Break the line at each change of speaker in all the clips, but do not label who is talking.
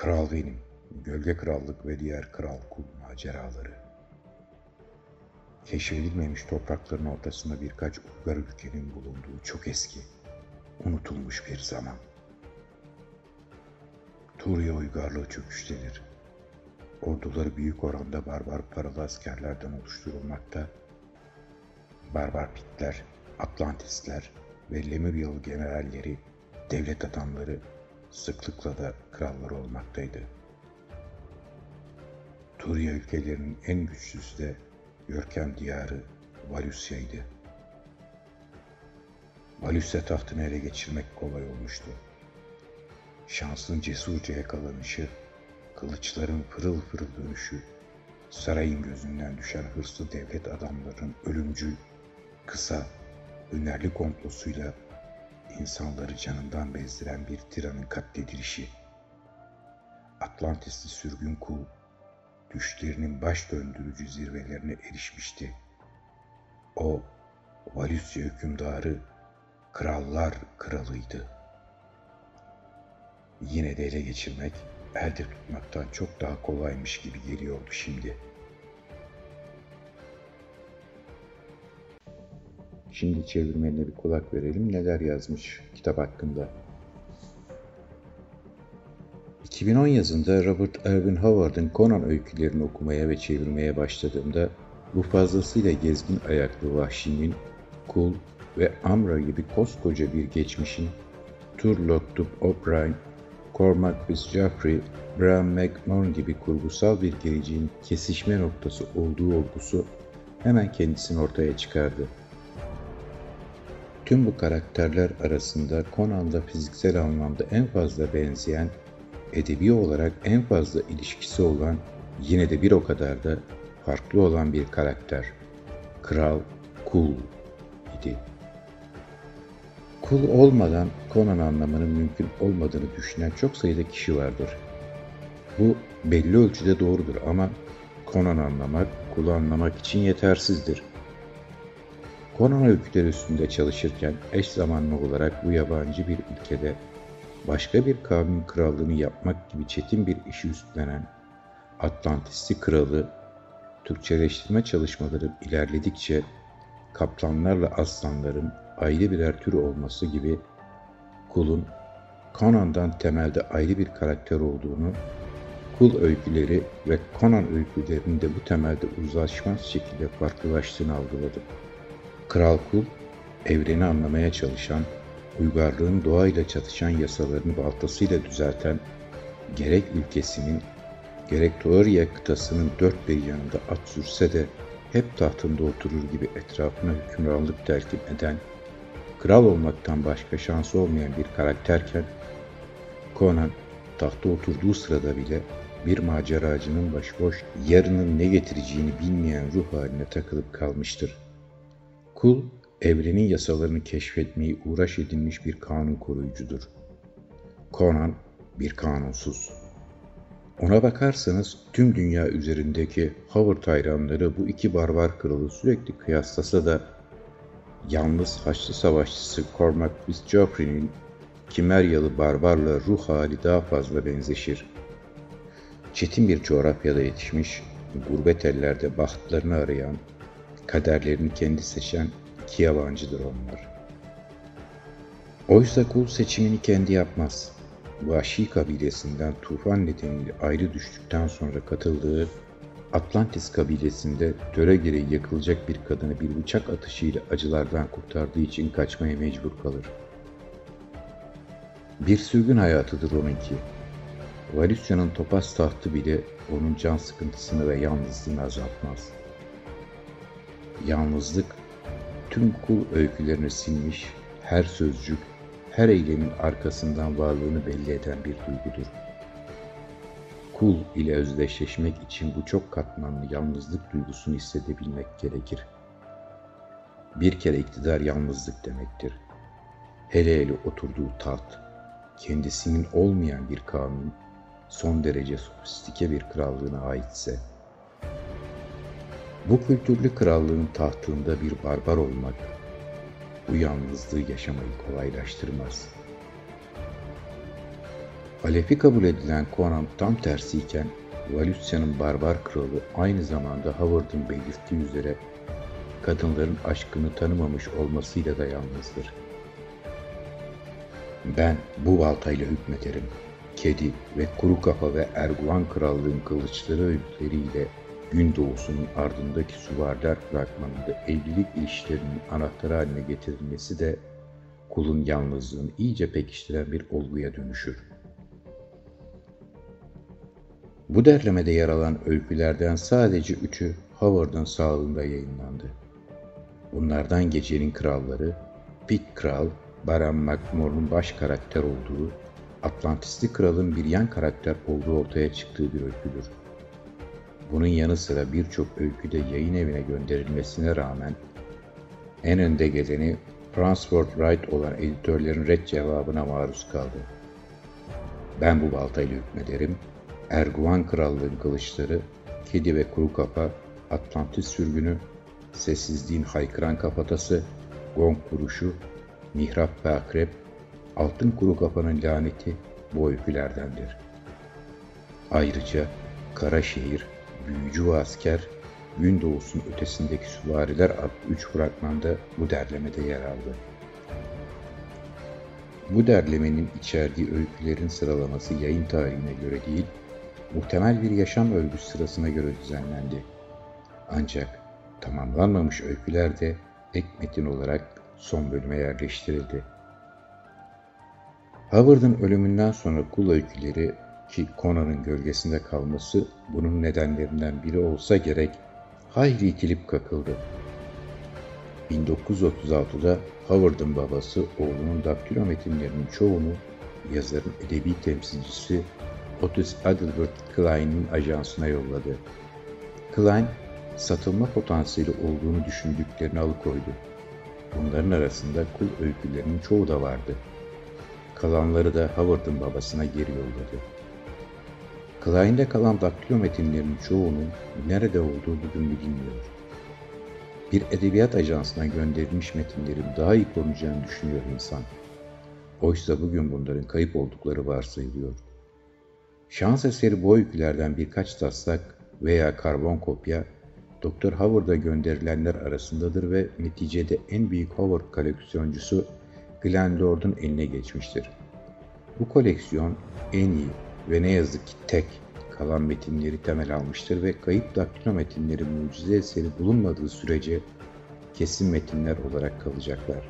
Kral benim, Gölge Krallık ve diğer kral kul maceraları. Keşfedilmemiş toprakların ortasında birkaç uygar ülkenin bulunduğu çok eski, unutulmuş bir zaman. Turya uygarlığı çöküştedir. Orduları büyük oranda barbar paralı askerlerden oluşturulmakta. Barbar Pitler, Atlantistler ve Lemuryalı generalleri, devlet adamları sıklıkla da kralları olmaktaydı. Turya ülkelerinin en güçlüsü de görkem diyarı Valusya'ydı. Valusya tahtını ele geçirmek kolay olmuştu. Şansın cesurca yakalanışı, kılıçların pırıl pırıl dönüşü, sarayın gözünden düşen hırslı devlet adamlarının ölümcül, kısa, hünerli komplosuyla insanları canından bezdiren bir tiranın katledilişi. Atlantisli sürgün kul, düşlerinin baş döndürücü zirvelerine erişmişti. O, Valusya hükümdarı, krallar kralıydı. Yine de ele geçirmek, elde tutmaktan çok daha kolaymış gibi geliyordu şimdi. Şimdi çevirmenine bir kulak verelim, neler yazmış kitap hakkında. 2010 yazında Robert Irwin Howard'ın Conan öykülerini okumaya ve çevirmeye başladığımda bu fazlasıyla gezgin ayaklı vahşinin, Kul ve Amra gibi koskoca bir geçmişin Turlough O'Brien, Cormac Fitzgeoffrey, Bram McMahon gibi kurgusal bir geleceğin kesişme noktası olduğu olgusu hemen kendisini ortaya çıkardı. Tüm bu karakterler arasında Conan'da fiziksel anlamda en fazla benzeyen, edebi olarak en fazla ilişkisi olan, yine de bir o kadar da farklı olan bir karakter. Kral Kul idi. Kul olmadan Conan anlamanın mümkün olmadığını düşünen çok sayıda kişi vardır. Bu belli ölçüde doğrudur ama Conan anlamak, Kul'u anlamak için yetersizdir. Conan öyküleri üstünde çalışırken eş zamanlı olarak bu yabancı bir ülkede başka bir kavmin krallığını yapmak gibi çetin bir işi üstlenen Atlantisli kralı, Türkçeleştirme çalışmaları ilerledikçe kaplanlarla aslanların ayrı birer tür olması gibi Kul'un Conan'dan temelde ayrı bir karakter olduğunu, Kul öyküleri ve Conan öykülerinin de bu temelde uzlaşmaz şekilde farklılaştığını algıladı. Kral Kul, evreni anlamaya çalışan, uygarlığın doğayla çatışan yasalarını baltasıyla düzelten, gerek ülkesinin, gerek Toria kıtasının dört bir yanında at sürse de hep tahtında oturur gibi etrafına hükümranlık telkin eden, kral olmaktan başka şansı olmayan bir karakterken, Conan tahta oturduğu sırada bile bir maceracının başıboş, yarının ne getireceğini bilmeyen ruh haline takılıp kalmıştır. Kul, evrenin yasalarını keşfetmeyi uğraş edinmiş bir kanun koruyucudur. Conan bir kanunsuz. Ona bakarsanız tüm dünya üzerindeki Howard hayranları bu iki barbar kralı sürekli kıyaslasa da yalnız Haçlı Savaşçısı Cormac Fitzgeoffrey'nin Kimeryalı barbarla ruh hali daha fazla benzeşir. Çetin bir coğrafyada yetişmiş, gurbet ellerde bahtlarını arayan, kaderlerini kendi seçen iki yabancıdır onlar. Oysa Kul seçimini kendi yapmaz. Vahşi kabilesinden tufan nedeniyle ayrı düştükten sonra katıldığı Atlantis kabilesinde töre gereği yakılacak bir kadını bir bıçak atışıyla acılardan kurtardığı için kaçmaya mecbur kalır. Bir sürgün hayatıdır onunki. Valusya'nın topaz tahtı bile onun can sıkıntısını ve yalnızlığını azaltmaz. Yalnızlık, tüm Kul öykülerini silmiş, her sözcük, her eylemin arkasından varlığını belli eden bir duygudur. Kul ile özdeşleşmek için bu çok katmanlı yalnızlık duygusunu hissedebilmek gerekir. Bir kere iktidar yalnızlık demektir. Hele hele oturduğu taht, kendisinin olmayan bir kanun, son derece sofistike bir krallığına aitse, bu kültürlü krallığın tahtında bir barbar olmak, bu yalnızlığı yaşamayı kolaylaştırmaz. Alef'i kabul edilen Conan tam tersiyken, Valusia'nın barbar kralı aynı zamanda Howard'ın belirttiği üzere kadınların aşkını tanımamış olmasıyla da yalnızdır. Ben bu baltayla hükmederim. Kedi ve kuru kafa ve Erguvan krallığın kılıçları öğütleriyle Gündoğusu'nun ardındaki süvariler fragmanında evlilik ilişkilerinin anahtarı haline getirilmesi de kulun yalnızlığını iyice pekiştiren bir olguya dönüşür. Bu derlemede yer alan öykülerden sadece 3'ü Howard'ın sağlığında yayınlandı. Bunlardan Gecenin Kralları, Pig Kral, Bran McMorn'un baş karakter olduğu, Atlantisli Kral'ın bir yan karakter olduğu ortaya çıktığı bir öyküdür. Bunun yanı sıra birçok öyküde yayın evine gönderilmesine rağmen en önde geleni Farnsworth Wright olan editörlerin ret cevabına maruz kaldı. Ben bu baltayla hükmederim, Erguvan Krallığın Kılıçları, Kedi ve Kuru Kafa, Atlantis Sürgünü, Sessizliğin Haykıran Kafatası, Gong Vuruşu, Mihrap ve Akrep, Altın Kuru Kafa'nın Laneti bu öykülerdendir. Ayrıca Karaşehir, Büyücü ve Asker, Gündoğusu'nun Ötesindeki Süvariler adlı 3 fragmanda bu derlemede yer aldı. Bu derlemenin içerdiği öykülerin sıralaması yayın tarihine göre değil, muhtemel bir yaşam örgüsü sırasına göre düzenlendi. Ancak tamamlanmamış öyküler de ek metin olarak son bölüme yerleştirildi. Howard'ın ölümünden sonra kul öyküleri ki Conan'ın gölgesinde kalması bunun nedenlerinden biri olsa gerek hayli itilip kakıldı. 1936'da Howard'ın babası oğlunun daktilo metinlerinin çoğunu yazarın edebi temsilcisi Otis Adelbert Klein'in ajansına yolladı. Klein, satılma potansiyeli olduğunu düşündüklerini alıkoydu. Bunların arasında kul öykülerinin çoğu da vardı. Kalanları da Howard'ın babasına geri yolladı. Klein'de kalan daktilo metinlerinin çoğunun nerede olduğu bugün bilinmiyor. Bir edebiyat ajansına gönderilmiş metinlerin daha iyi korunacağını düşünüyor insan. Oysa bugün bunların kayıp oldukları varsayılıyor. Şans eseri bu öykülerden birkaç taslak veya karbon kopya Dr. Howard'a gönderilenler arasındadır ve neticede en büyük Howard koleksiyoncusu Glenn Lord'un eline geçmiştir. Bu koleksiyon en iyi ve ne yazık ki tek kalan metinleri temel almıştır ve kayıp daktilo metinleri mucize eseri bulunmadığı sürece kesin metinler olarak kalacaklar.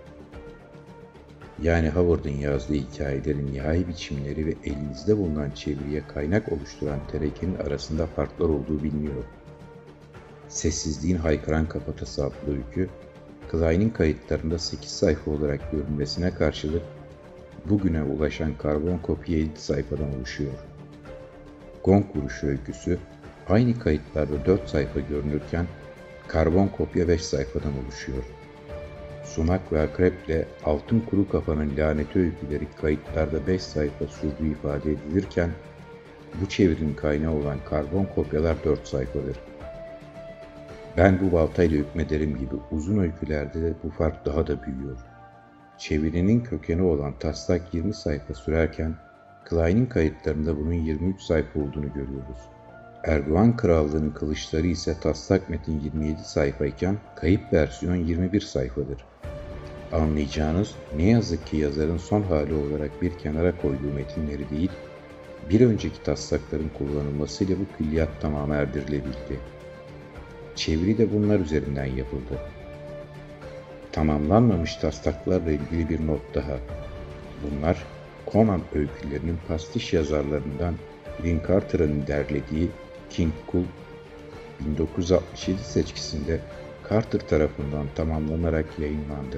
Yani Howard'ın yazdığı hikayelerin nihai biçimleri ve elinizde bulunan çeviriye kaynak oluşturan terekenin arasında farklar olduğu biliniyor. Sessizliğin Haykıran Kafatası adlı öykü, Klein'in kayıtlarında 8 sayfa olarak görünmesine karşılık bugüne ulaşan karbon kopya 7 sayfadan oluşuyor. Gong Vuruşu öyküsü aynı kayıtlarda 4 sayfa görünürken karbon kopya 5 sayfadan oluşuyor. Sunak ve Akrep'le Altın Kuru Kafa'nın Laneti öyküleri kayıtlarda 5 sayfa sürdüğü ifade edilirken bu çevirinin kaynağı olan karbon kopyalar 4 sayfadır. Ben bu baltayla hükmederim gibi uzun öykülerde de bu fark daha da büyüyor. Çevirinin kökeni olan taslak 20 sayfa sürerken Klein'in kayıtlarında bunun 23 sayfa olduğunu görüyoruz. Erguvan Krallığı'nın Kılıçları ise taslak metin 27 sayfayken kayıp versiyon 21 sayfadır. Anlayacağınız ne yazık ki yazarın son hali olarak bir kenara koyduğu metinleri değil, bir önceki taslakların kullanılmasıyla bu külliyat tamamı erdirilebildi. Çeviri de bunlar üzerinden yapıldı. Tamamlanmamış taslaklarla ilgili bir not daha. Bunlar Conan öykülerinin pastiş yazarlarından Lin Carter'ın derlediği King Kul 1967 seçkisinde Carter tarafından tamamlanarak yayınlandı.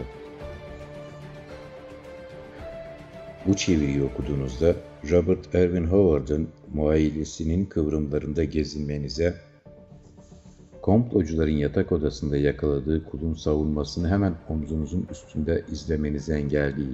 Bu çeviriyi okuduğunuzda Robert Erwin Howard'ın muailesinin kıvrımlarında gezinmenize, komplocuların yatak odasında yakaladığı kulun savunmasını hemen omzunuzun üstünde izlemenize engel değil.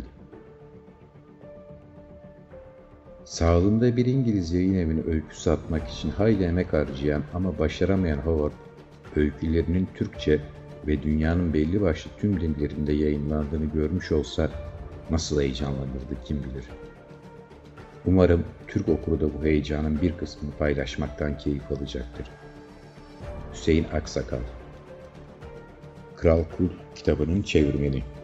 Sağlığında bir İngiliz yayın evine öykü satmak için hayli emek harcayan ama başaramayan Howard, öykülerinin Türkçe ve dünyanın belli başlı tüm dillerinde yayınlandığını görmüş olsa nasıl heyecanlanırdı kim bilir. Umarım Türk okuru da bu heyecanın bir kısmını paylaşmaktan keyif alacaktır. Hüseyin Aksakal, Kral Kul kitabının çevirmeni.